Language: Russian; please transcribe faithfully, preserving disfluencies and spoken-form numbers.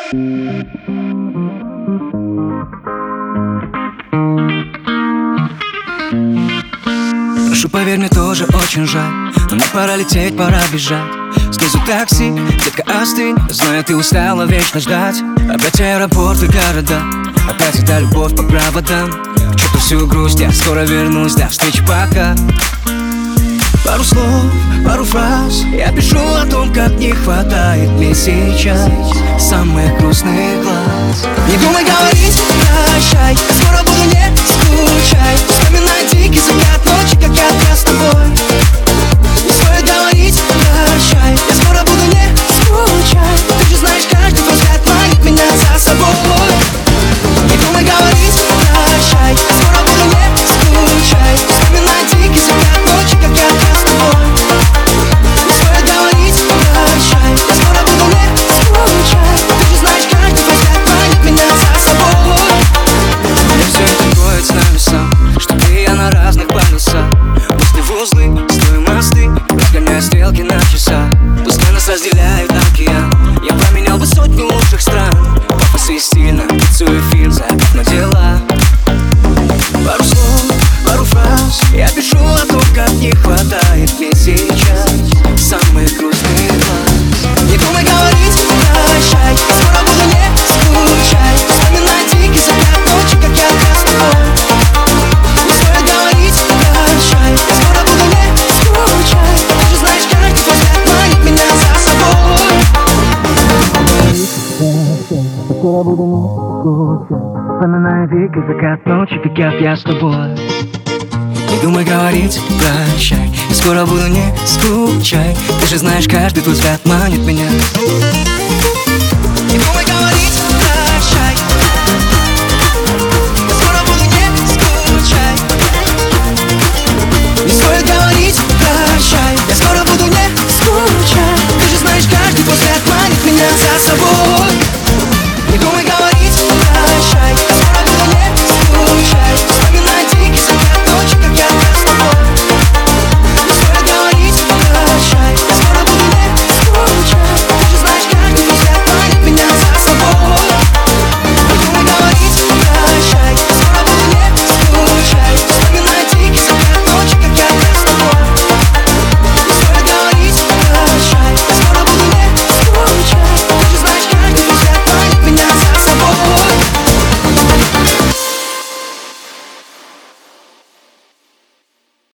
Прошу, поверь, мне тоже очень жаль, но мне пора лететь, пора бежать. Снизу такси, детка, остынь. Знаю, ты устала вечно ждать. Опять аэропорт и города, опять эта любовь по проводам. К черту всю грусть, я скоро вернусь. До встречи, пока. Пару слов, пару фраз я пишу о том, как не хватает мне сейчас самых грустных глаз. Не думай говорить прощай, скоро буду, не скучай. Вспоминай дикий закат ночи, как я тогда с тобой. Не стоит говорить прощай, я скоро буду, не скучай. Ты же знаешь, каждый твой взгляд манит меня за собой. Не думай говорить прощай, скоро буду, не скучай. Вспоминай дикий закат ночи, как я тогда с тобой. Не стоит говорить прощай, я скоро буду, не скучай. Ты же знаешь, каждый твой взгляд манит меня за собой. Мне все это гоет с нами сам, что ты и я на разных полюсах. Мысли в узлы, строим мосты, разгоняя стрелки на часах. Пускай нас разделяют океан, я поменял бы сотню лучших стран. Пафос и стильно, лицо эфир, забит на дела. Пару слов, пару фраз я пишу о том, как не хватает мне сейчас самых грустных глаз. Не думай говорить прощай, скоро буду, не скучай. Вспоминай дикий закат ночи, как я тогда с тобой. Не стоит говорить прощай, я скоро буду, не скучай. Ты же знаешь, каждый твой взгляд манит меня за собой. Скоро буду, не скучай. Вспоминай дикий закат ночи, как я, я с тобой. Не думай говорить прощай, я скоро буду, не скучай. Ты же знаешь, каждый твой взгляд манит меня.